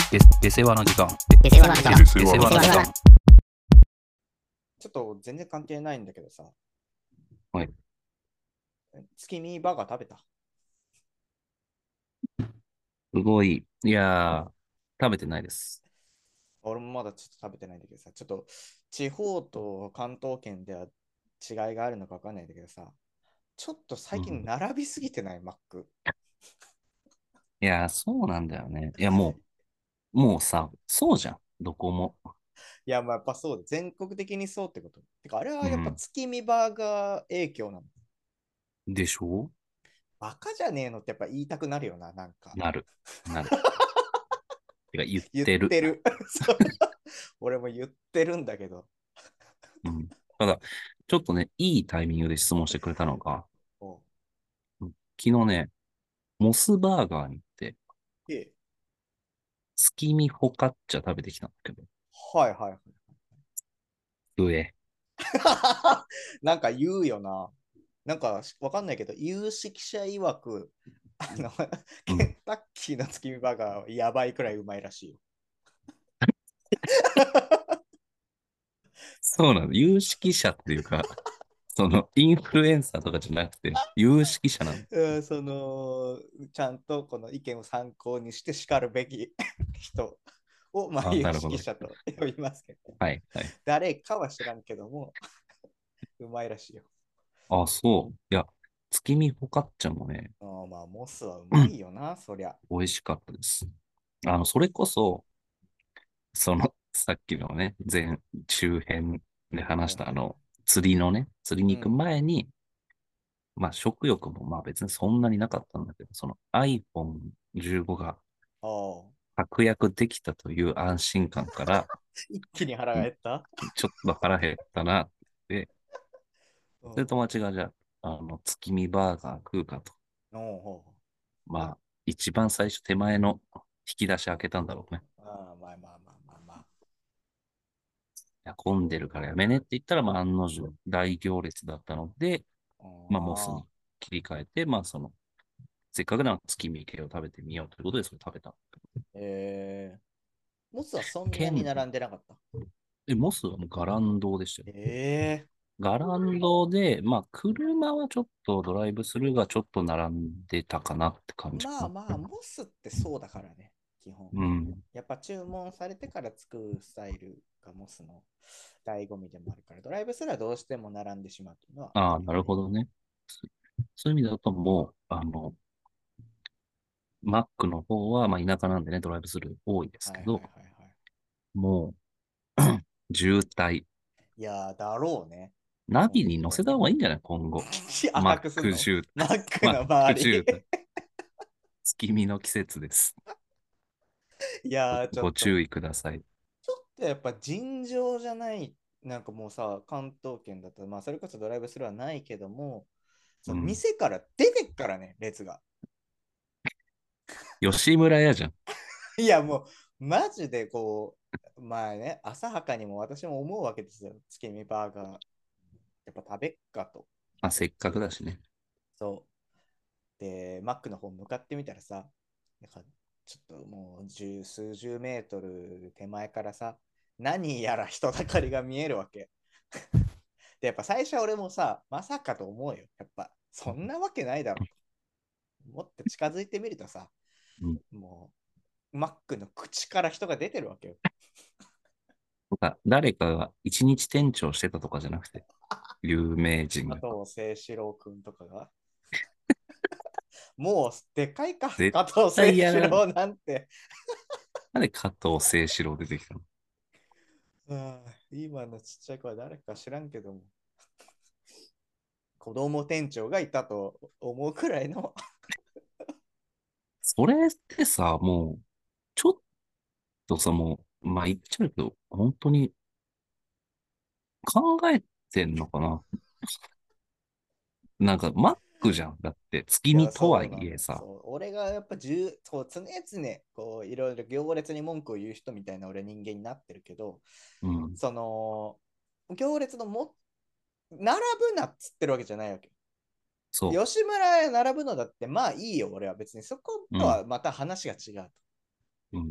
で世話の時間。 で世話の時間。 で世話の時間。 ちょっと全然関係ないんだけどさ、 はい。 月見バーガー食べた？ すごい。いやー、食べてないです。 俺もまだちょっと食べてないんだけどさ、ちょっと地方と関東圏では違いがあるのかわかんないんだけどさ、ちょっと最近うん。 並びすぎてない？マック。 いやー、そうなんだよね。いや、もうさ、そうじゃん。どこも。 いや、まあやっぱそうだ。全国的にそうってこと。てか、あれはやっぱうん。 月見バーガー影響なの？ でしょ？ バカじゃねえのってやっぱ言いたくなるよな、なんか。 なる。なる。てか、言っ言ってる。 てる。そう俺も言ってるんだけど。 うん。ただ、ちょっとね、いいタイミングで質問してくれたのが、 おう昨日ね、モスバーガーに行って、 で、 月見フォカッチャ食べてきたんだけど、 はいはいはい。 上。 なんか言うよな。なんかわかんないけど、有識者曰く、 うん。 ケンタッキーの月見バーガーはやばいくらいうまいらしいよ。 そうなの。有識者っていうか、インフルエンサーとかじゃなくて、有識者なの。 うんちゃんとこの意見を参考にして叱るべき人を、まあ、 あ、 有なるほど。 識者と呼びますけど、 はい、はい。 誰かは知らんけども、うまいらしいよ。 あ、そう。いや、月見フォカッチャもね、 まあ、モスはうまいよな、そりゃ。 美味しかったです。それこそ、さっきのね、中編で話したはいはい。 釣りのね、釣りに行くうん。 前に、まあ、食欲もまあ別にそんなになかったんだけど、その iPhone15 がああ。 確約できたという安心感から、 一気に腹が減った？ ちょっと腹減ったなって、 うん。 で、友達がじゃあ、月見バーガー食うかと。 おうまあ、一番最初手前の引き出し開けたんだろうね。 ああ、まあまあまあまあまあ。 いや、混んでるからやめねって言ったら、まあ、案の定大行列だったので、まあ、モスああ。 に切り替えて、まあ、せっかくなら月見系を食べてみようということで、それ食べた。 モスはそんなに県、 並んでなかった？ モスはもうガランドでしたよ。 ええガランドで、まあ、車はちょっとドライブスルーがちょっと並んでたかなって感じかな。 まあまあ、モスってそうだからね、基本。 うん。 やっぱ注文されてから作るスタイルがモスの醍醐味でもあるから、ドライブすらどうしても並んでしまうというのはああ、なあるよね。 るほどね。そういう意味だともう、マックの方は、まあ、田舎なんでね、ドライブスルー多いですはいはいけど、 はいはい。 もう、渋滞。 いやー、だろうね。 ナビに載せ本当に。 た方がいいんじゃない今後。マッ赤くすんの？ ク渋滞。 マックマッの周り。 ク渋滞。月見の季節です。 いやー、ちょっと、 ご注意ください。 ちょっとやっぱ尋常じゃない、なんかもうさ、関東圏だと、まあそれこそドライブスルーはないけども、そのうん。 店から出てっからね、列が。 吉村屋じゃん。 いやもう、マジでこう、まあね、浅はかにも私も思うわけですよ。月見バーガー、やっぱ食べっかと。 まあ、せっかくだしね。 そう。で、マックの方向かってみたらさ、なんかちょっともう数十メートル手前からさ、何やら人だかりが見えるわけ。で、やっぱ最初俺もさ、まさかと思うよ。やっぱ、そんなわけないだろうと。もっと近づいてみるとさ、 うん。 もう、マックの口から人が出てるわけよ。 とか、誰かが一日店長してたとかじゃなくて、有名人が。 加藤清志郎くんとかが。もう、でかいか、 絶加藤清対やらん。 志郎なんて。 なんで加藤清史郎出てきたの？ 今のちっちゃい子は誰か知らんけども、子供店長がいたと思うくらいの。 それってさ、もう、ちょっとさ、もう、まあ言っちゃうけど、本当に考えてんのかな？なんか、マックじゃん。だって、月いや、 見とはそうなのよ。 いえさ。 そう。俺がやっぱそう常々、こう、いろいろ行列に文句を言う人みたいな俺人間になってるけど、 うん。 その、行列の並ぶなっつってるわけじゃないわけ。 そ吉村へ並ぶのだって、まあいいよ、俺は別にそこう。うん。 とはまた話が違うと。 うん。うマッん。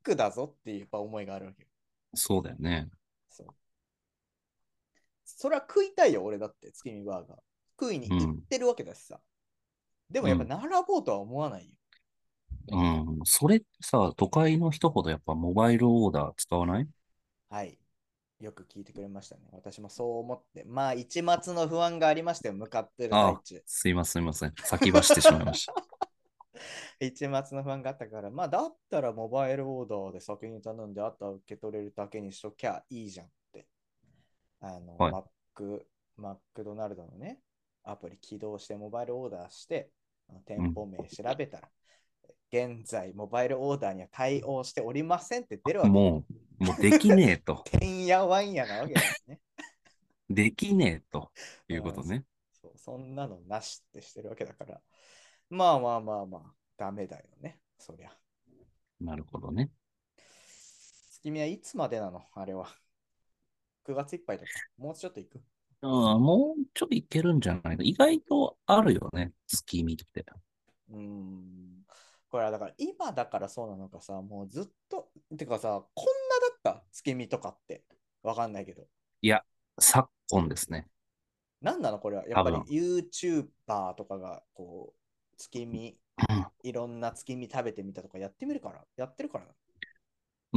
クだぞっていうやっぱ思いがあるわけよ。 そうだよね。 そう。それは食いたいよ、俺だって、月見バーガー。食いにうん。 行ってるわけだしさ。でもやっぱうん。 並ぼうとは思わないよ。 うん。それってさ、都会の人ほどやっぱモバイルオーダー使わない？ はい。よく聞いてくれましたね。私もそう思って。まあ、一抹の不安がありましたよ、向かってるああ、 最中。 すいません、すいません。先走ってしまいまし一抹の不安があったから、まあ、だったらモバイルオーダーで先に頼んで、あとは受け取れるだけにしときゃいいじゃんって。 た。はい。 マクドナルドのね、アプリ起動してモバイルオーダーして、 うん。 店舗名調べたら、現在モバイルオーダーには対応しておりませんって出るわけよ。 もうできねえと。 てんやわんやなわけだよね。 できねえとうん、 いうことね。 そんなのなしってしてるわけだから、まあまあまあまあ、ダメだよね、そりゃ。 なるほどね。 月見はいつまでなのあれは。9月いっぱいとか。もうちょっと行く？ うん、もうちょいいけるんじゃないか。意外とあるよね。月見って。 うーん。これはだから今だからそうなのかさ、もうずっと、てかさ、こんなだった月見とかって。わかんないけど。 いや、昨今ですね。 なんなのこれは。やっぱり多分。 YouTuber とかが、こう、月見、いろんな月見食べてみたとかやってみるから、やってるからな。 うん。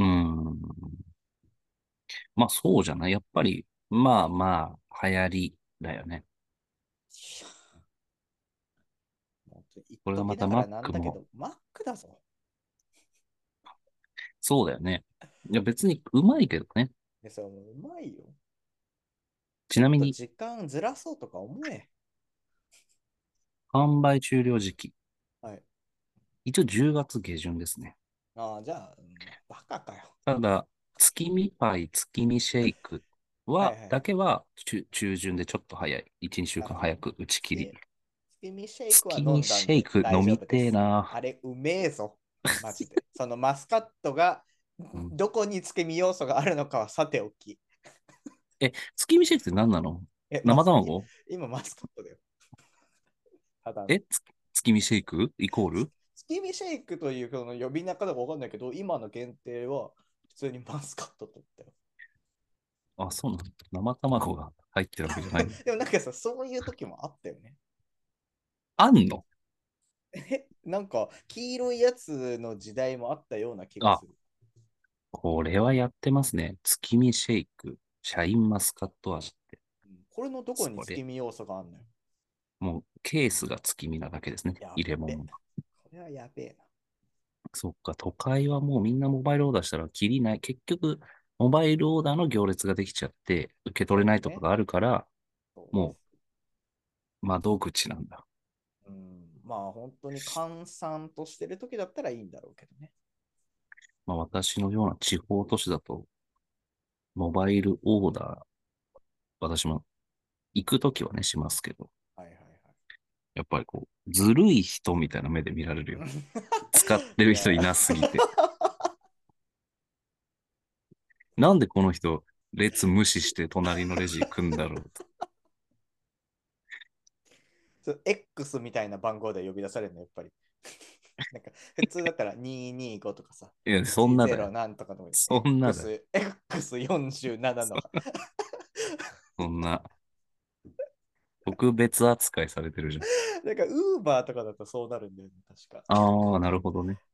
まあそうじゃない。やっぱり、まあまあ、流行りだよね。 いやもう言っこれがまたときながら Mac も、 なんだけど、マックだぞ。 そうだよね。いや別にうまいけどね。 でさ、もううまいよ。ちょっちなみに、 と時間ずらそうとか思え。 販売終了時期。 はい。 一応10月下旬ですね。 ああ、じゃあ、バカかよ。 ただ、月見パイ、月見シェイクだはいはいはい。 けは中旬でちょっと早い。1、2週なるほどね。 間早く打ち切り。 月見シェイクは月見飲んだんでシェイク飲大丈みてえ夫です。あな。 れ、うめえぞ。マジで。そのマスカットがうん、 どこに月見要素があるのかはさておき。 月見シェイクって何なの？生卵？ 今マスカットだよ。ただの。 え、月見シェイクイコール？ 月見シェイクというその呼び名かどうかわかんないけど、今の限定は普通にマスカット取ったよ。 あ、そうなの？生卵が入ってるわけじゃないの？ でもなんかさ、そういう時もあったよね。 あんの？ なんか黄色いやつの時代もあったような気があ、 する。 これはやってますね。月見シェイク、シャインマスカット味って。 これのどこにそれ、 月見要素があるのよ。 もうケースが月見なだけですね。 やっべ。 入れ物が。 これはやべえな。 そっか、都会はもうみんなモバイルオーダーしたらきりない。結局、モバイルオーダーの行列ができちゃって、受け取れないそうね。 とかがあるから、 そうです。 もう窓口なんだ。 まあ本当に閑散としてる時だったらいいんだろうけどね。 まあ私のような地方都市だと、モバイルオーダー、私も行くときはね、しますけど、 はいはいやっぱりこう、ずるい人みたいな目で見られるよ。 はい。 使っていや、 る人いなすぎて。なんでこの人、列無視して隣のレジ行くんだろうと。 X みたいな番号で呼び出されるの、やっぱり。なんか普通だったら225とかさ、 いや、そんなだよ。 10なんとかのそんなだよ。 X47 の。 そんな、特別扱いされてるじゃん。 なんか Uber とかだとそうなるんだよね、確か。 ああ、なるほどね。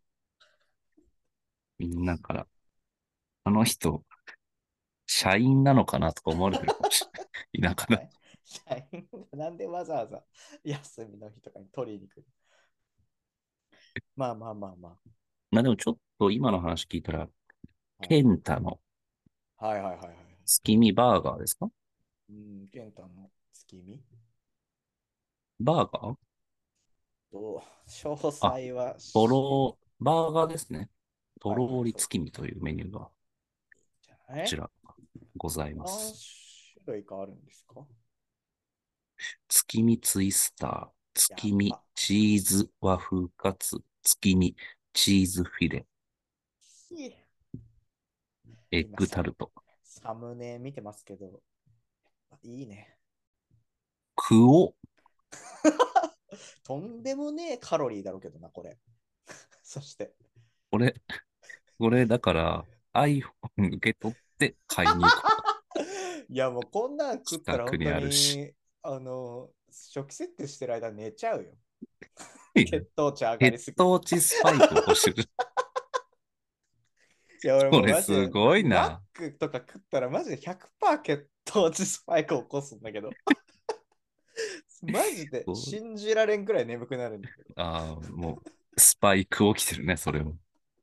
みんなから、あの人、社員なのかなとか思われてるかもしれない。田舎だ。 社員がなんでわざわざ休みの日とかに取りに来る？まあまあまあままあでもちょっと今の話聞いたら、 あ。はいケンタのはいはいはいはい。 月見バーガーですか？ ケンタの月見バーガー？ 詳あ、 細はバーガーですね。とはいはい、 ろーりそう。 月見というメニューがこじゃないちらございま何す。 種類かあるんですか？ 月見ツイスター、 やっ月見ば。 チーズ和風カツ、月見チーズフィレ、 ひエッ今グタルト。 サムネ見てますけど、いいね。 クオ、 とんでもねえカロリーだろうけどな、これ。そして、 これ、 これだから iPhone 受け取って買いに行こう。 いやもうこんなん食ったら本当近くにあるし。 に、初期設定してる間寝ちゃうよ。 いや血糖値上がり血すぎて。 糖値スパイク起こしてる。 いや俺これもうマジで、 すごいマッな。 クとか食ったらマジで100%血糖値スパイク起こすんだけど。マジで信じられんくらい眠くなるんだけど。 ああ、もう、スパイク起きてるね、それも。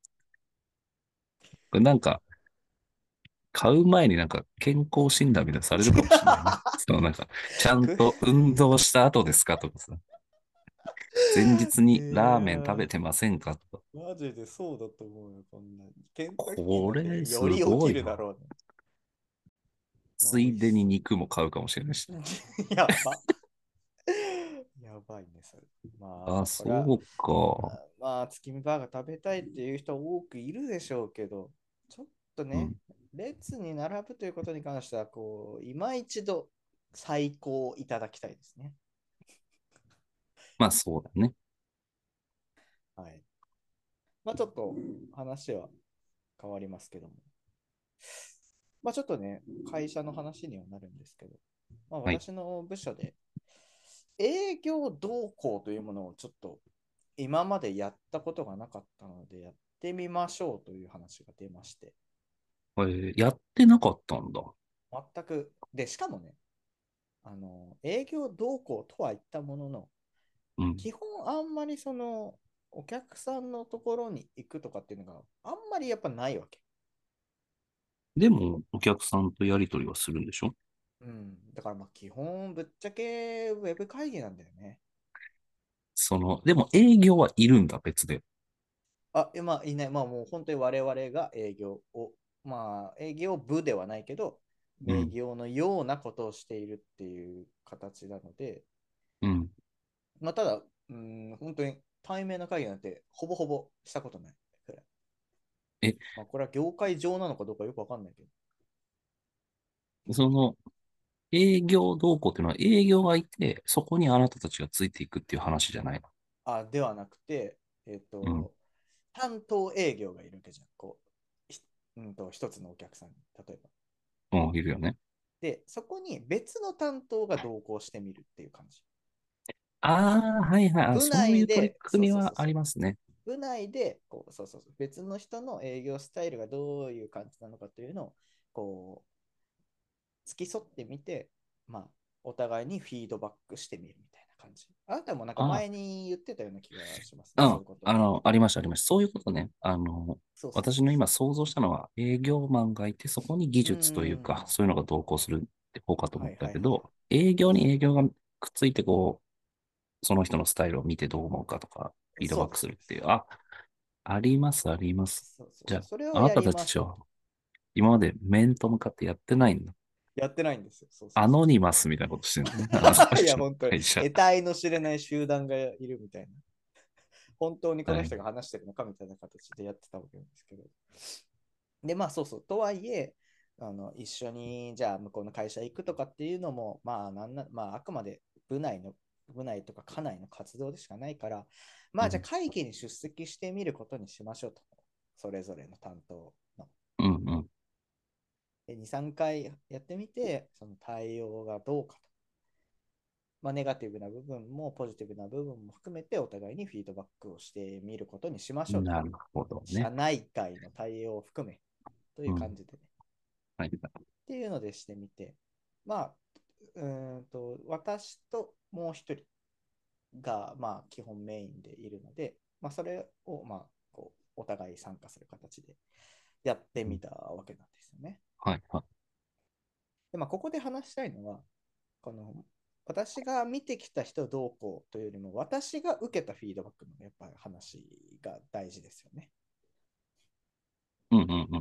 これなんか、買う前になんか健康診断みたいなのされるかもしれないね。そのなんか、ちゃんくと運動した後ですかとかさ、前日いにラーメン食べやてませんかとか。 マジでそうだと思うよ、こんな。ケンタッキーなんてこれすより起きごいな。 るだろうね。まあ、 ついでに美味しそう。 肉も買うかもしれないし。 やば。やばいね、それ。まあ、 あ、これは、 そうか。 まあ、月見バーガー食べたいっていう人多くいるでしょうけど、ちょっとね、 うん。 列に並ぶということに関しては、今一度再考いただきたいですね。 まあそうだね。 はい。まあ、ちょっと話は変わりますけども。まあ、ちょっとね、会社の話にはなるんですけど、まあ、 はい。 私の部署で営業同行というものをちょっと今までやったことがなかったので、やってみましょうという話が出まして、 やってなかったんだ。 全く、で、しかもね、営業同行とは言ったものの、 うん。 基本あんまりお客さんのところに行くとかっていうのがあんまりやっぱないわけ。 でも、お客さんとやりとりはするんでしょ？ うん。だからまあ基本ぶっちゃけウェブ会議なんだよね。 でも営業はいるんだ、別で。 まあいない。まあもう本当に我々が営業を、まあ営業部ではないけど、営うん。 業のようなことをしているっていう形なので、 うん。 まあただ、本当に対面の会議なんてほぼほぼしたことないくらい。 え、 まあこれは業界上なのかどうかよくわかんないけど。 その、営業動向っていうのは営業がいて、そこにあなたたちがついていくっていう話じゃないの？ ではなくて、 うん。 担当営業がいるわけじゃん。一つのお客さんに、例えば。 うん、いるよね。 で、そこに別の担当が同行してみるっていう感じ。 ああ、はいはい。 部そういう取り内で、そう組みはあそうそうそう。 りますね。 部内で、そうそうそう、別の人の営業スタイルがどういう感じなのかというのを、こ付き添ってみて、まあ、お互いにフィードバックしてみるみたいな感じ。あなたもなんかあ前に言ってたような気がしますね、そういあ、 うことを。 ありました、ありました。そういうことね。 そうそうそうそ私の今想像したのは営業マンがいて、そこに技う。うー術というか、 ん。 そういうのが同行するって方かと思っはいはいはい。 たけど、営業に営業がくっついて、その人のスタイルを見てどう思うかとか、フィードバックそうです、 するっていう。 そうです。 あ、あります、あります。 そうそうそう。 じゃそれあ、あなたをやりたちはましょうと。 今まで面と向かってやってないんだ。 やってないんですよ。そうそうアそうそノニマスみたいなことしてるのね。あなたたう。いや、 ちの本当に、 会社。 得体の知れない集団がいるみたいな。本当にこのはい。 人が話してるのかみたいな形でやってたわけなんですけど。で、まあそうそう。とはいえ、一緒にじゃあ向こうの会社行くとかっていうのも、まああくまで部内とか課内の活動でしかないから、まあじゃあうん、 会議に出席してみることにしましょうと。それぞれの担当の。 うん、うん。 で2、3回やってみて、その対応がどうかと。まあ、ネガティブな部分もポジティブな部分も含めてお互いにフィードバックをしてみることにしましょうと。 なるほど社ね。 内外の対応を含めといううん。 感じでね。 はい。 っていうのでしてみて、まあ、私ともう一人が、まあ、基本メインでいるので、まあ、それを、まあ、お互い参加する形でやってうん、 みたわけなんですよね。 はい、はい。 で、まあ、ここで話したいのは、この私が見てきた人どうこうというよりも、私が受けたフィードバックのやっぱり話が大事ですよね。 うん、うん、うん。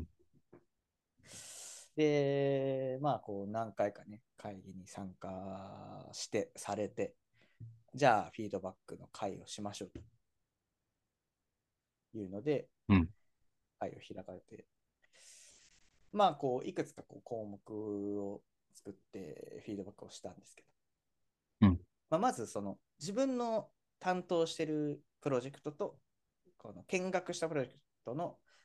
で、まあ、何回かね、会議に参加されて、じゃあフィードバックの会をしましょうというので、 うん、 会を開かれて、まあ、いくつか項目を作ってフィードバックをしたんですけど、 うん、 まあ、まず自分の担当しているプロジェクトと、この見学したプロジェクトの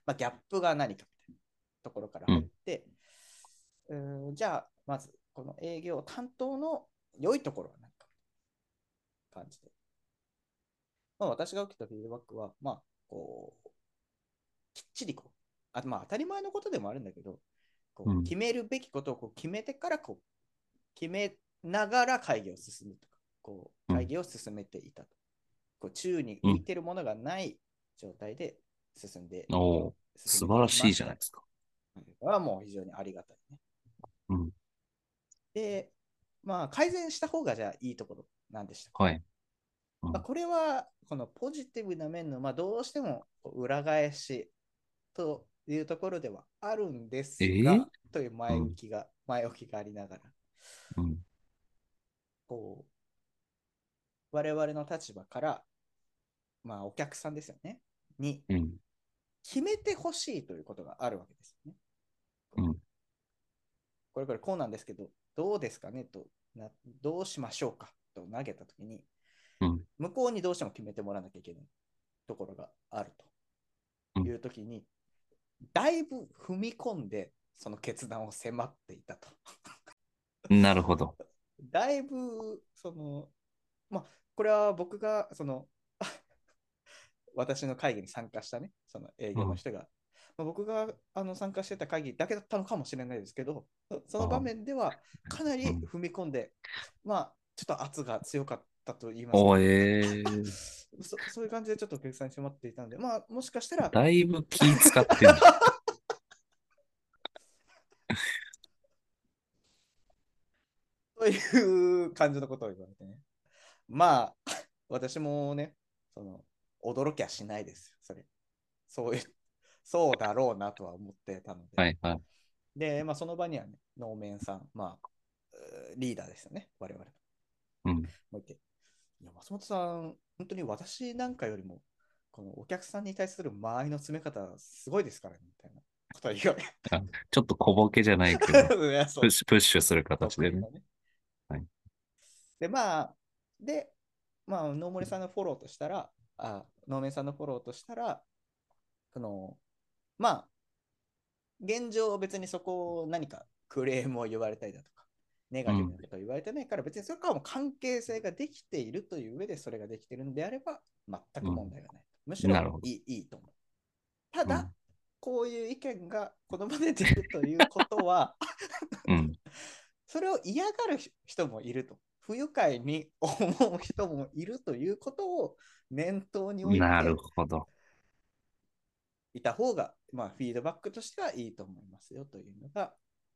まあ、ギャップが何かみたいなところからうん。 入って、じゃあ、まず、この営業担当の良いところは何か感じで。まあ、私が受けたフィードバックは、まあ、こう、きっちりこう、まあ、当たり前のことでもあるんだけど、こううん。 決めるべきことをこう決めてからこう決めながら会議を進むとか、こううん。 会議を進めていたと。こう宙にうん。 浮いているものがない状態でおー、素進めてい晴らしいきました。 じゃないですか。 これはもう非常にありがたいね。 うん。 で、まあ、改善した方がじゃあいいところなんでしたか。 はい。うまあ、 ん。 これは、このポジティブな面の、まあ、どうしても裏返しというところではあるんでえすが、 ーといううん。 前置きがありながら、 うん。 こう、我々の立場から、まあ、お客さんですよね、にうん。 決めてほしいということがあるわけですよね。 うん。 これこうなんですけど、どうですかねとどうしましょうかと投げたときに、 うん。 向こうにどうしても決めてもらわなきゃいけないところがあるとうん。 いうときに、だいぶ踏み込んで、その決断を迫っていたと。 なるほど。 だいぶ、その、まあ、これは僕が、その、私の会議に参加したね、その営うん。 業の人が、まあ、僕が参加してた会議だけだったのかもしれないですけど、その場あ面ではかなうん。 り踏み込んで、まあ、ちょっと圧が強かったと言いますおか、 えそういう感じでちょっとお客さんに迫っていたので、まあ、もしかしたら、 だいぶ気使ってんじという感じのことを言われてね。まあ、私もね、その、驚きはしないですよ、それ。そういう、そうだろうなとは思ってたのゃん。 で。 はいはい。 で、まあ、その場にはね、能面さん、まあ、リーダーですよね、我々。 うん。 もういて、いや、松本さん、本当に私なんかよりも、このお客さんに対する間合いの詰め方、すごいですからね、みたいなことを言われあ、ちょっと小ボケじゃないけど、 いや、そう、 プッシュする形でね。 得意のね。 はい。 で、まあ、で、まあ、能森さんのフォローとしたら、能面さんのフォローとしたら、その、まあ、現状別にそこを何かクレームを言われたりだとか、ネガティブうん。 なことを言われてないから、別にそれからも関係性ができているという上でそれができているのであれば、全く問うん。 題がない。むしなるほど。 ろいいと思う。ただ、 うん。 こういう意見がこの場で出るということは、 うん。 それを嫌がる人もいると。不愉快に思う人もいるということを念頭に置いなるてほど。 いた方が、まあ、フィードバックとしてはいいと思いますよというのが、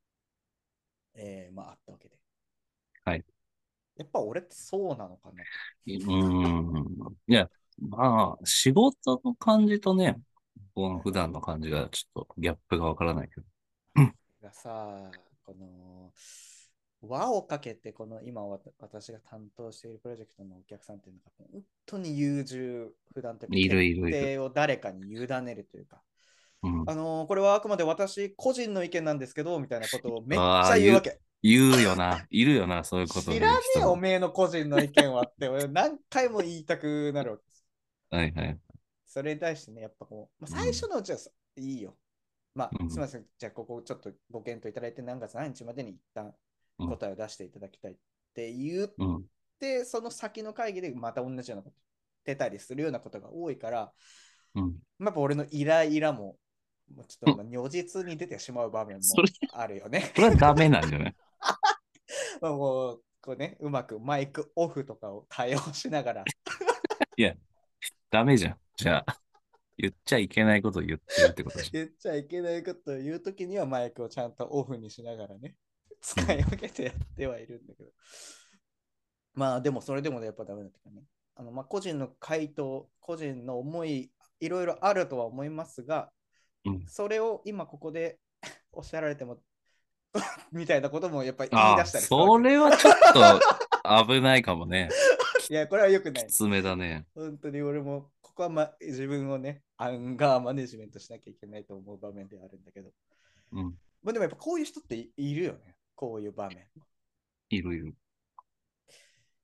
まあ、あったわけで。 はい。 やっぱ俺ってそうなのかなと。 いや、まあ、仕事の感じとね、このはいはい。 普段の感じがちょっとギャップがわからないけど。うん。 がさ、この輪をかけて、この今私が担当しているプロジェクトのお客さんっていうのが本当に優柔不断というか、 いる決いるいる。 定を誰かに委ねるというか、 うん。 これはあくまで私個人の意見なんですけど、みたいなことをめっちああ、言う、 ゃ言うわけ。 言うよな。いるよな、そういうことを知らねえ、お言う人。 めえの個人の意見はって、俺何回も言いたくなるわけです。 はいはい。 それに対してね、やっぱこう、まあ、最うん。 初のうちはいいよ。まあ、 うん。 すみません。じゃあ、ここちょっとご検討いただいて、何月何日までに一旦うん。 答えを出していただきたいって言っうん。 て、その先の会議でまた同じようなこと出たりするようなことが多いから、 うん。 やっぱ俺のイライラも、もうちょっとうん。 如実に出てしまう場面もそれ、 あるよね。 それはダメなんじゃない？ もう、こうね、うまくマイクオフとかを対応しながら、 いや、ダメじゃん。じゃあ、言っちゃいけないことを言ってるってことじ言っちゃいけないことを言うときにはマイクをちゃんとオフにしながらね、 ゃん。うん。 使い分けてやってはいるんだけど。まあでもそれでもやっぱダメだったかね。まあ個人の回答、個人の思い、いろいろあるとは思いますが、 うん。 それを今ここでおっしゃられてもみたいなこともやっぱり言いああ、 出したりするわけ。 それはちょっと危ないかもね。 いや、これは良くない。 きつめだね。 本当に俺も、ここは、自分をね、アンガーマネジメントしなきゃいけないと思う場面ではあるんだけど、 うん。 まあ、でもやっぱこういう人っているよね。こういう場面。 いるいる。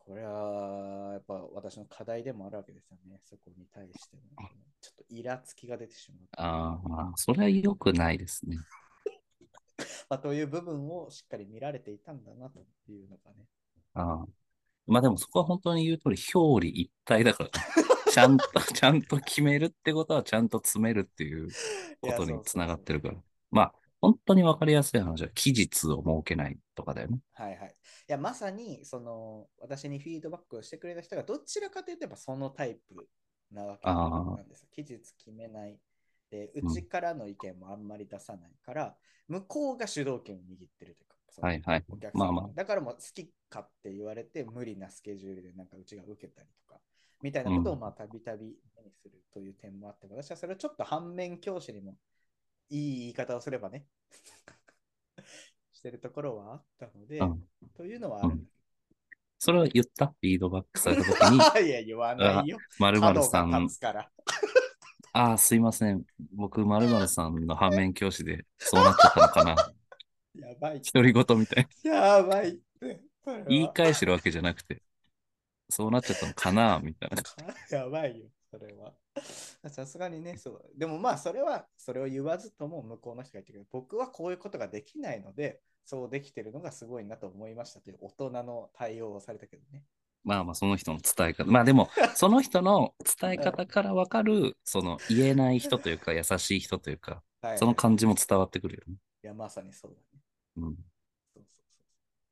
これはやっぱ私の課題でもあるわけですよね。そこに対しての、ちょっとイラつきが出てしまうという、 ああ、まあ、それは良くないですね。 まあ、という部分をしっかり見られていたんだなというのがね。 ああ、まあでもそこは本当に言う通り表裏一体だからね。ちゃんと、ちゃんと決めるってことはちゃんと詰めるっていういや、 ことにつながそうそうそう。 ってるから。まあ、本当にわかりやすい話は期日を設けないとかだよね。 はいはい。いや、まさに、その、私にフィードバックをしてくれた人が、どちらかというと、やっぱそのタイプなわけああ、 なんですよ。期日決めない。で、ううん。 ちからの意見もあんまり出さないから、向こうが主導権を握ってるというか、そのはいはい。 お客まあまあ、 様が。だからもう好きかって言われて、無理なスケジュールでなんかうちが受けたりとか、みたいなことをうん。 まあたびたび目にするという点もあって、私はそれをちょっと反面教師にもいい言い方をすればね、してるところはあったので、 うん。 というのはあうん。 るんだけそれは言ったフィードバックされたときに、 ど。いや、言わないあ、 よ。 〇〇 角がさん、 立つから。 ああ、すいません。僕、〇〇さんの反面教師でそうなっちゃったのかな。 やばいって。 独り言みたい。 やばいって。それ言いは。 返してるわけじゃなくて、そうなっちゃったのかなみたいな。 やばいよ、それは。さすがにね、そう。でもまあ、それは、それを言わずとも向こうの人が言ってくれる。僕はこういうことができないので、そうできてるのがすごいなと思いましたという大人の対応をされたけどね。 まあまあ、その人の伝え方。まあでも、その人の伝え方からわかる、その言えない人というか、優しい人というか、そのはいはいはい。 感じも伝わってくるよね。 いや、まさにそうだね。 うん。 そうそうそ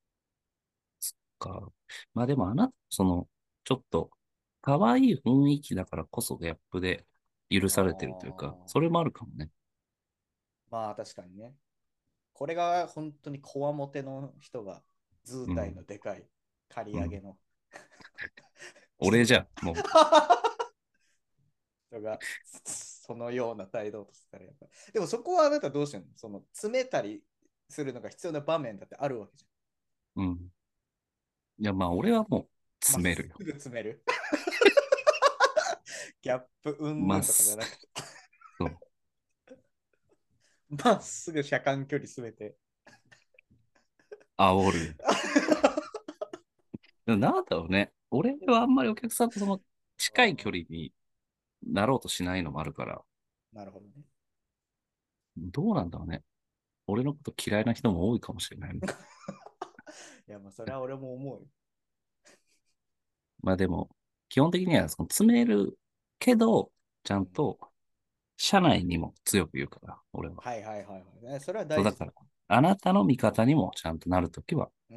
か。まあでも、その、ちょっと、可愛い雰囲気だからこそギャップで許う。 されてるというか、 ああ、 それもあるかもね。 まあ確かにね。これが本当にこわもての人が図体うん。 のでかい刈りうん。 上げの人が俺じゃ、も人がそのような態度としたらやっぱでもそこはあなたどうしてんのその詰めたりするのが必要な場面だってあるわけじう、うん。いや、まあ、俺はもう、 ゃん。まっす詰めるよ。 ぐ詰めるギャップうんぬんとかじゃまっす、 なくてそう、 まっすぐ車間距離すべて煽る。でもなんだろうね。俺はあんまりお客さんとその近い距離になろうとしないのもあるから、 なるほどね。 どうなんだろうね。俺のこと嫌いな人も多いかもしれないね。 いや、まあそれは俺も思うよ。 まあでも、基本的にはその詰めるけど、ちゃうん、 んと社内にも強く言うから、俺は。 はいはいはいはい。それはそう、だから、 大事だよ。 あなたの味方にもちゃんとなるときは、 うん。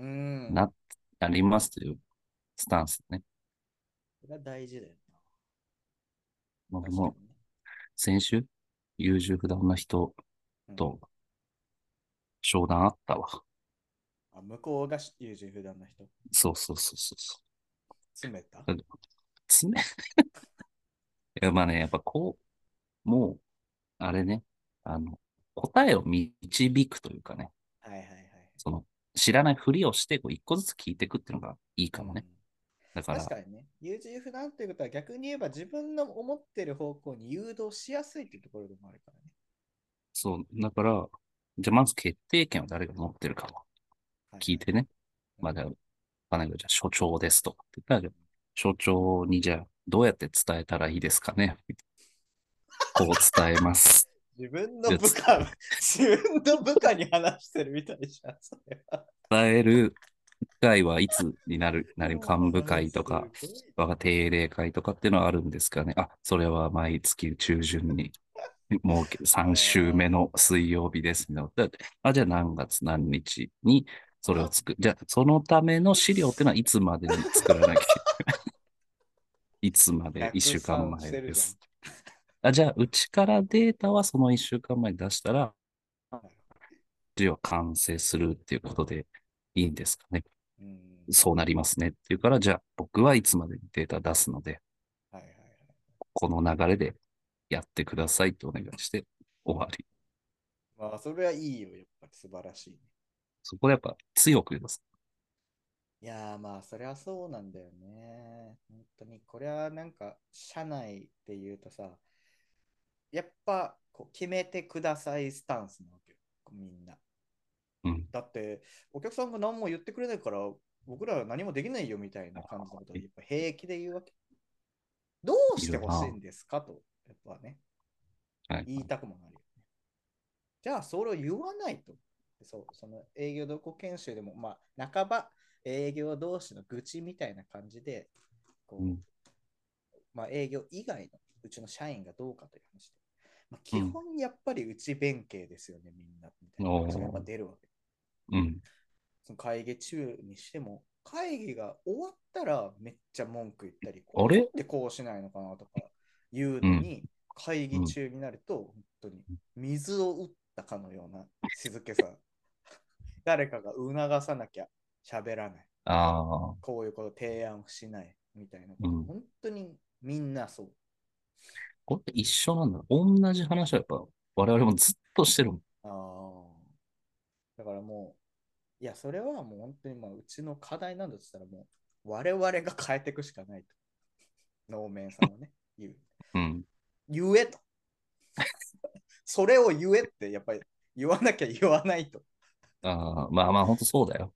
な、なりますというスタンスね。 それは大事だよな。 俺も確かにね。 先週、優柔不断な人うん。 と商談あったわ。 あ、向こうが優柔不断な人。 そうそうそうそうそ詰めた。 う。詰め、いやまあね、やっぱこう、もう、あれね、あの、答えを導くというかね、 はいはいはい。 その、知らないふりをして、こう、一個ずつ聞いていくっていうのがいいうん。 かもね。だから、 確かにね、優柔不断ということは逆に言えば自分の思ってる方向に誘導しやすいというところでもあるからね。 そう、だから、じゃあまず決定権を誰が持ってるかをはいはい。 聞いてね。 うん。 まあ、じゃあ、わかんないけど、じゃあ所長ですとかって言ったら、じゃあ所長にじゃあ、どうやって伝えたらいいですかね。こう伝えます。 自分のじゃあ、 部下、自分の部下に話してるみたいじゃん、それは。 伝える会はいつになる幹部ああ、す会とか、 ごい我が定例会とかっていうのはあるんですかね。あ、それは毎月中旬に、もうな。 3週目の水曜日ですみたいな。あ、じゃあ何月何日にそれをあじゃあそのための資料っていうのはいつまでに作らなきゃいけない。いつまで1週間逆算してるじゃん。 前です。あ、じゃあうちからデータはその1週間前に出したら、字は完成するっていうことでいいんですかね。 うん。 そうなりますねっていうから、じゃあ僕はいつまでにデータ出すので、 はいはいはい。 この流れでやってくださいってお願いして終わり。 まあ、それはいいよ、やっぱり素晴らしいね。 そこでやっぱ強く言います。 いやーまあ、それはそうなんだよね。本当に、これはなんか、社内で言うとさ、やっぱこう決めてくださいスタンスなわけよ、みんな。 うん。 だって、お客さんが何も言ってくれないから、 僕らは何もできないよみたいな感じのことをやっぱ平気で言うわけ。どうしているな。 ほしいんですかと、やっぱね、 はい。 言いたくもなるよね。じゃあ、それを言わないと。そう、その営業同行研修でも、まあ、半ば営業同士の愚痴みたいな感じで、こうん。 う、まあ、営業以外のうちの社員がどうかという話で、まあ、基うん。 本やっぱり内弁慶ですよね、みんな、みたいな話がやっぱおー。 出るわけ。 うん。 その会議中にしても、会議が終わったらめっちゃ文句言ったり、これなあれ。 んでこうしないのかなとか言ううん。 のに、会議うん。 中になると、本当に水を打ったかのような静けさ、誰かが促さなきゃ喋らない、 ああ。 こういうこと提案しないみたいなこと、 うん。 本当にみんなそう。 これ一緒なんだ。同じ話はやっぱ我々もずっとしてるもん。 ああ。だからもう、いや、それはもう本当にまあうちの課題なんだとしたら、もう我々が変えていくしかないと。能面さんはね、言う。 うん。 言えと。それを言えってやっぱり言わなきゃ言わないと。 ああ、まあまあ、本当そうだよ。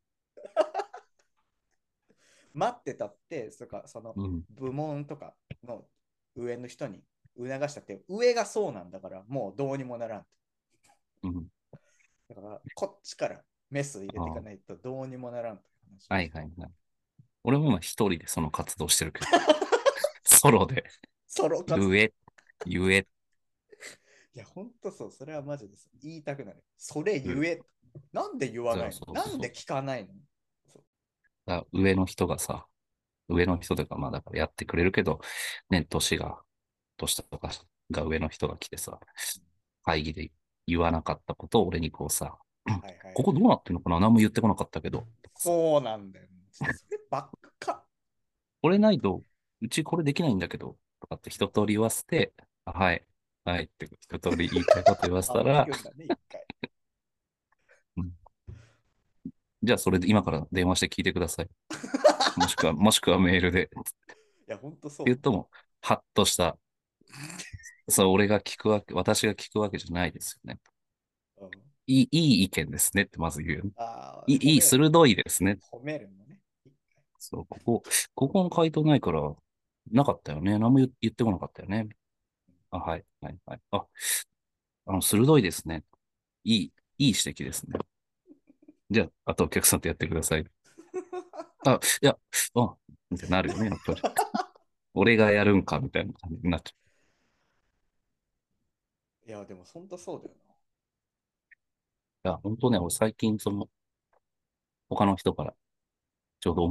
待ってたって、そのうん。 部門とかの上の人に促したって、上がそうなんだからもうどうにもならんと。 うん。 だからこっちからメス入れていかああ、 ないとどうにもならんという話をはいして。 はいはい。俺も今一人でその活動してるけど、ソロでソロ活動。 言え、言え、 いや、ほんとそう。それはマジです。言いたくなる。それうん。 言え。なんで言わそうないの、 そうそう。 なんで聞かないの。そう。 上の人がさ、上の人とか、まあだからやってくれるけど、ね、年とかが上の人が来てさ、会議で言わなかったことを俺にこうさ、 はいはいはい。 ここどうなってんのかな、何も言ってこなかったけど、とかさ、 そうなんだよ。そればっか。 これないと、うちこれできないんだけど、とかって一通り言わせて、あはい、はいって一通り言いたいこと言わせあ、 たら、 聞くんだね、一回。 うん、じゃあそれで今から電話して聞いてください。もしくはメールで。っていや、ほんとそう。 言うとも、ハッとした。そう、私が聞くわけじゃないですよね。 うん、 いい意見ですねってまず言うよね。 ああ、褒める。 鋭いですね。 褒めるのね。一回。 そう、ここの回答ないから、なかったよね。何も言ってこなかったよね。あ、はい、はい、はい。鋭いですね。いい指摘ですね。じゃあ、あとお客さんとやってください。あ、いや、みたいになるよね、やっぱり。俺がやるんか、みたいな感じになっちゃいや、でもほんとそうだよう。いや、本当ね、俺最近、他の人からちょうど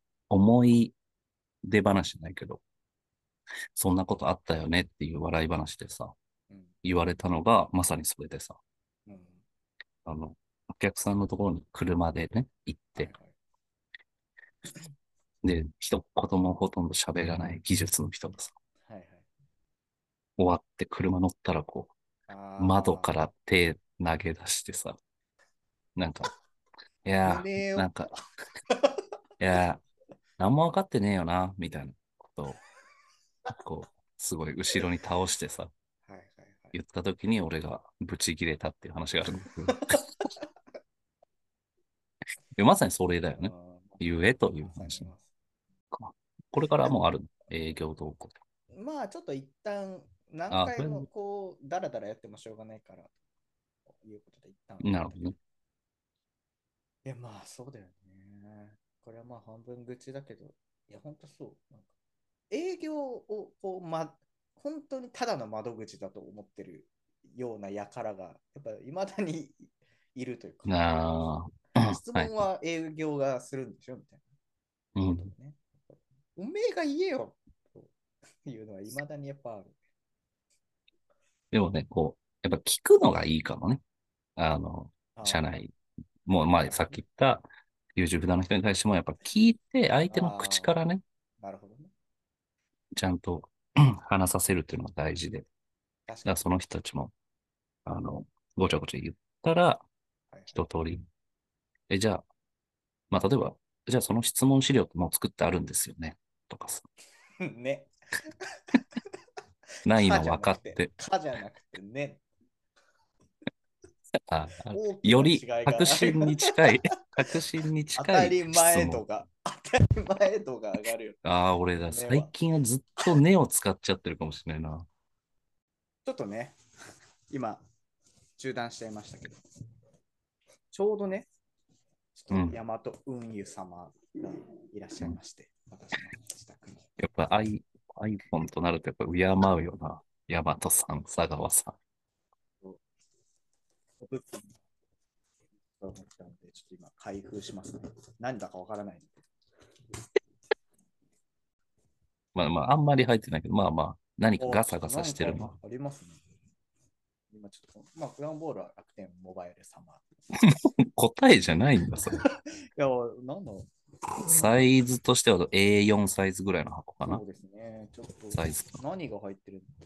思い出話じゃないけど、そんなことあったよねっていう笑い話でさ、 な。うん。 言われたのがまさにそれでさ、 うん。 あの、お客さんのところに車でね、行って、 はいはい。 で、一言もほとんど喋らない技術の人がさ、 はいはい。 終わって車乗ったらこう、窓ああ、 から手投げ出してさ、なんか、いやー、 危ねえよ。 なんか、いやー、何も分かってねえよな、みたいなことを、こう、すごい後ろに倒してさ、 はいはいはい。 言った時に俺がブチ切れたっていう話があるんだけど、まさにそれだよね。言えといまう話さにます。 か。これからもうあるの営業動向。 まあ、ちょっと一旦、何あ、これ、 回もこう、だらだらやってもしょうがないから、ということで一旦終わったけど。 なるほどね。 いや、まあ、そうだよね。これはまあ、半分愚痴だけど、いや、ほんとそう。なんか営業をこう、本当にただの窓口だと思ってるような輩が、やっぱいまだにいるというか、 ああ、 質はい。 問は営業がするんでしょみたいなうん。 ことでね。おめえが言えよというのはいまだにやっぱある。 でもね、こう、やっぱ聞くのがいいかもね。社あ内。もう、まあ、さっあ、なるほどね。 き言った優柔不断な人に対しても、やっぱ聞いて、相手の口かあらね、 あ、なるほどね。 ちゃんと話させるっていうのが大事で。だか確かに。 らその人たちも、あの、ごちゃごちゃ言ったら、 はいは一通り。じゃあ、まあ、例えば、じゃあその質問資料ってもう作ってあるんですよね。とかさ。 い。ね。 ないのかじゃ分かって、 かじゃなくてね。 あ、 大きなより違い確がある。 信に近い、確信に当近いたり質問。 前度が。 前度が上がるよ。 ああ、俺だ。最これは。 近はずっとネを使っちゃってるかもしれないな。 ちょっとね、今、中断しちゃいましたけど、ちょうどね、ちょっとうん。 大和運輸様がいらっしうん、 ゃいまして、私の自宅に。 やっぱ iPhone となるとやっぱ敬うよな。ヤマトさん、佐川さん。 お物品が思ったので、ちょっと今、開封しますね。何だかわからない。 まあまあ、あんまり入ってないけど、まあまあ、何かお、ちょっとガサガサなんかしてるのは。 ありますね。今ちょっと、まあ、段ボールは楽天モバイル様。 答えじゃないんだ、それ。 いや、なんだろう。 サイズとしては A4 サイズぐらいの箱かな。 そうですね。ちょっと、 サイズか。 何が入ってるの？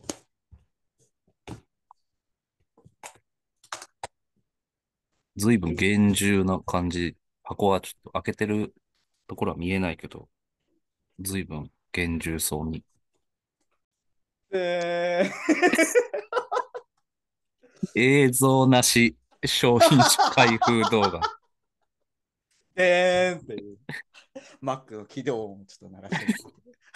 随分厳重な感じ。箱はちょっと開けてるところは見えないけど、随分厳重そうに。 え映像なし商品開封動画。 でーんっていう Mac の起動音をちょっと鳴らしてみて。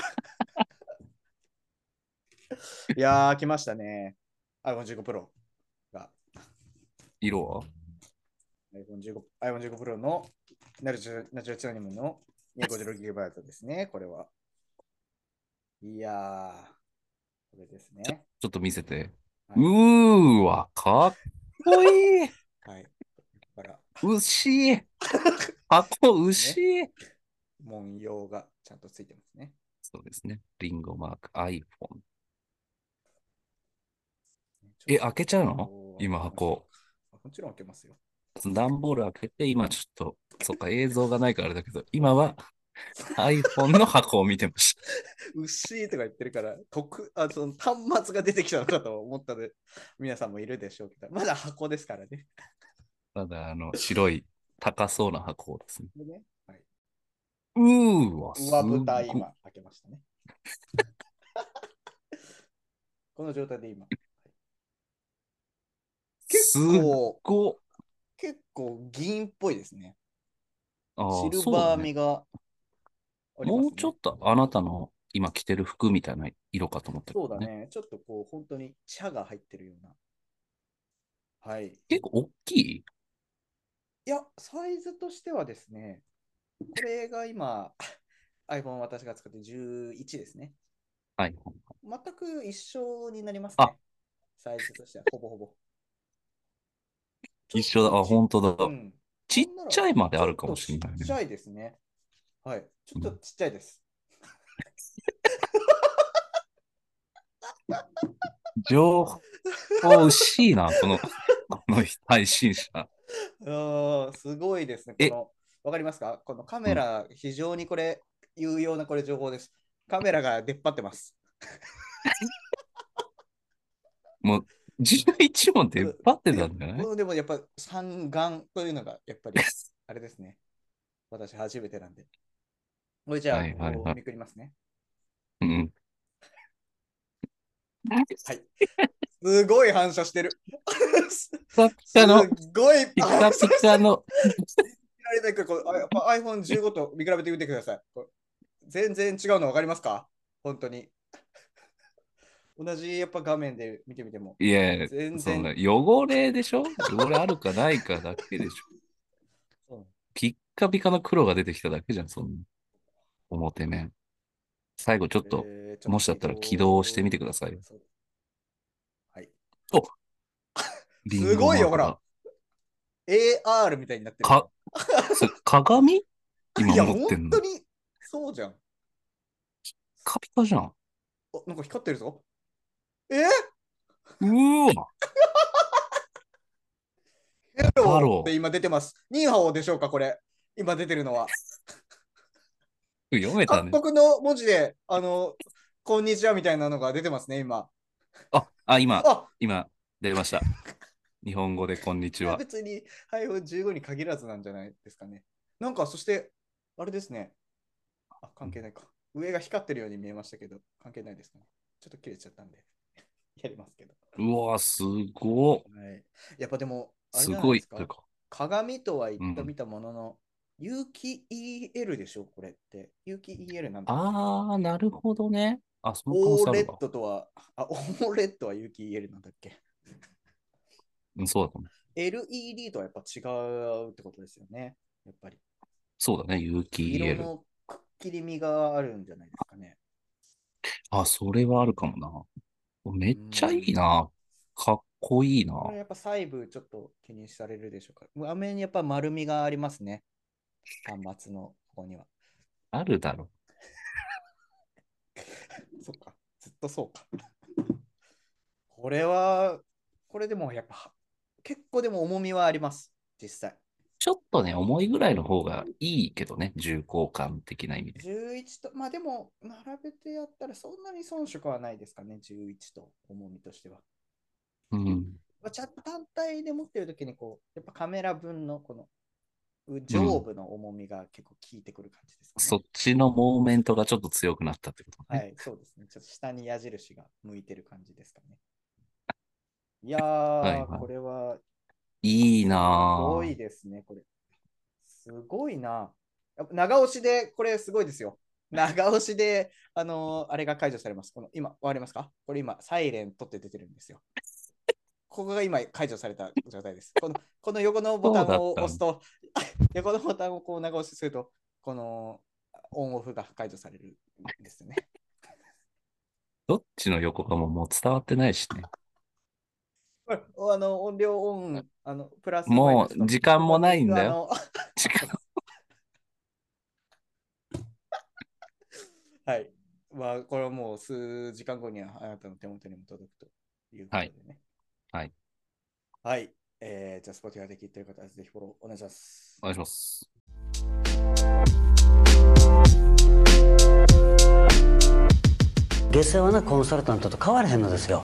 いやー、来ましたね。iPhone15 Pro が。 色は iPhone15 Pro のナチュラルチャニムの 256GB ですね、これは。いやー、これですね。 ちょっと見せて。うはい。 ーわ、かっこいい。 はい。だから、 牛。箱ね、 牛。 文様がちゃんとついてますね。 そうですね。リンゴマーク、iPhone。 ちょっえ、開けちゃうのと開今けましょう箱。 か。もちろん開けますよ。 段ボール開けて、今ちょっと、そっか、映像がないからあれだけど、今は iPhone の箱を見てました。 牛とか言ってるから、その端末が出てきたのかと思ったので、皆さんもいるでしょうけど、まだ箱ですからね。 ただ、白い高そうな箱ですね。 でね、はい、 うーわ、す上っ蓋ご、 今開けましたね。この状態で今。結すっ構、 ご。 結構銀っぽいですね。シああ、 ルバそうだね。 ー味がありますね。 もうちょっとあなたの今着てる服みたいな色かと思ったけどね。 そうだね。ちょっとこう、本当に茶が入ってるような。はい。 結構大きい。 いや、サイズとしてはですね、これが今、iPhone 私が使って11ですね。 はい。 全く一緒になりますあ、 ね。サイズとしては、ほぼほぼ。ちょっ一緒だ。あ、 と本当だ。 うん。 ちっなんなら、 ちゃいまでちょっあるかもとちっしれないね。 ちゃいですね。はい。ちょっとうん、 ちっちゃいです。 情報薄いな、この配信者。 すごいですね。 え、 わかりますか？このカうん。 メラ、非常にこれ、有用なこれ情報です。カメラが出っ張ってます。 もう、11問出っ張ってたんじゃない？ でもやっぱ三眼というのがやっぱりあれですね。私初めてなんで。これじゃあ、 はいはいはい。 めくりますね。 うん。 はい。すごい反射してる。すピカピすっカの、 ごいピカピ反射してる。 カの、 見られないからやっぱ iPhone15 と見比べてみてください。全然違うの分かりますか？本当に。同じやっぱ画面で見てみても。 いや、 全然。 汚れでしょ？汚れあるかないかだけでしょ？ そう。 ピッカピカの黒が出てきただけじゃん、そんな。表面。最後ちょっと、 ちょっと起もしだったら起動してみ動。 てくださいよ。 そう。はい。 お、リンゴすごいよ、ほら。 マークだ。 AR みたいになってるよ。 か、鏡今いや、本持ってんの。 当にそうじゃん。 ピカピカじゃん。 なんか光ってるぞ。えうーわ、 ヘローってハロ今出てます。ニーハオでしょうか、これ。今出てるのは。 ー。読めたね。 各国の文字で、こんにちはみたいなのが出てますね、今。 今、 あ、 今、出ました。日本語でこんにこれはちは。 別に iPhone15 に限らずなんじゃないですかね。なんか、そして、あれですね。関係ないか。上が光ってるように見えましたけど、関係ないですかね。ちょっと切れちゃったんで、やりますけど。 うわ、すご、 はい。やっぱでも、あれじすゃないですか。 ごいというか。 鏡とは言っうん。 た見たものの、 有機 EL でしょ、これって。有機 EL なんだっけ？ あー、なるほどね。あ、その可能オーレッ性あるわ。 ドとは、オーレッドは有機 EL なんだっけ？ うん、そうだと思う。 LED とはやっぱ違うってことですよね。やっぱり。 そうだね、有機色 EL。 のくっきりみがあるんじゃないですかね。 あ、それはあるかもな。めうっちゃいいん。 な。かっこいいな。 これやっぱ細部ちょっと気にされるでしょうか。画面にやっぱ丸みがありますね。端末のここには。 あるだろ。 そっか。ずっとそうか。これは、これでもやっぱ結構でも重みはあります。実際。 ちょっとね、重いぐらいの方がいいけどね、重厚感的な意味で。 11と、まあでも、並べてやったらそんなに遜色はないですかね、11と重みとしては。 うん。 まあ、単体で持ってるときにこう、やっぱカメラ分のこの上うん。 部の重みが結構効いてくる感じですかね。 そっちのモーメントがちょっと強くなったってことね。 はい、そうですね。ちょっと下に矢印が向いてる感じですかね。いやー、 はいはこれはい。いいすごなぁ。 いですね、これ。すごいな。やっぱ長押しで、これすごいですよ。長押しで、あれが解除されます。この今、わかりますか？これ今、サイレントって出てるんですよ。ここが今解除された状態です。この横のボタそうンだったん。 を押すと、横のボタンをこう長押しすると、このオンオフが解除されるんですよね。 どっちの横かももう伝わってないしね。 これ音量オン、プラスマイナスのもう時間もボタンで、 ないんだよ。時間。 はい。まあ、これはもう数時間後にはあなたの手元にも届くというこはい。 とでね。 はい。 はい。じゃあ、スポティファイで聞いてる方はぜひフォローお願いします。 お願いします。 下世話なコンサルタントと変わらへんのですよ。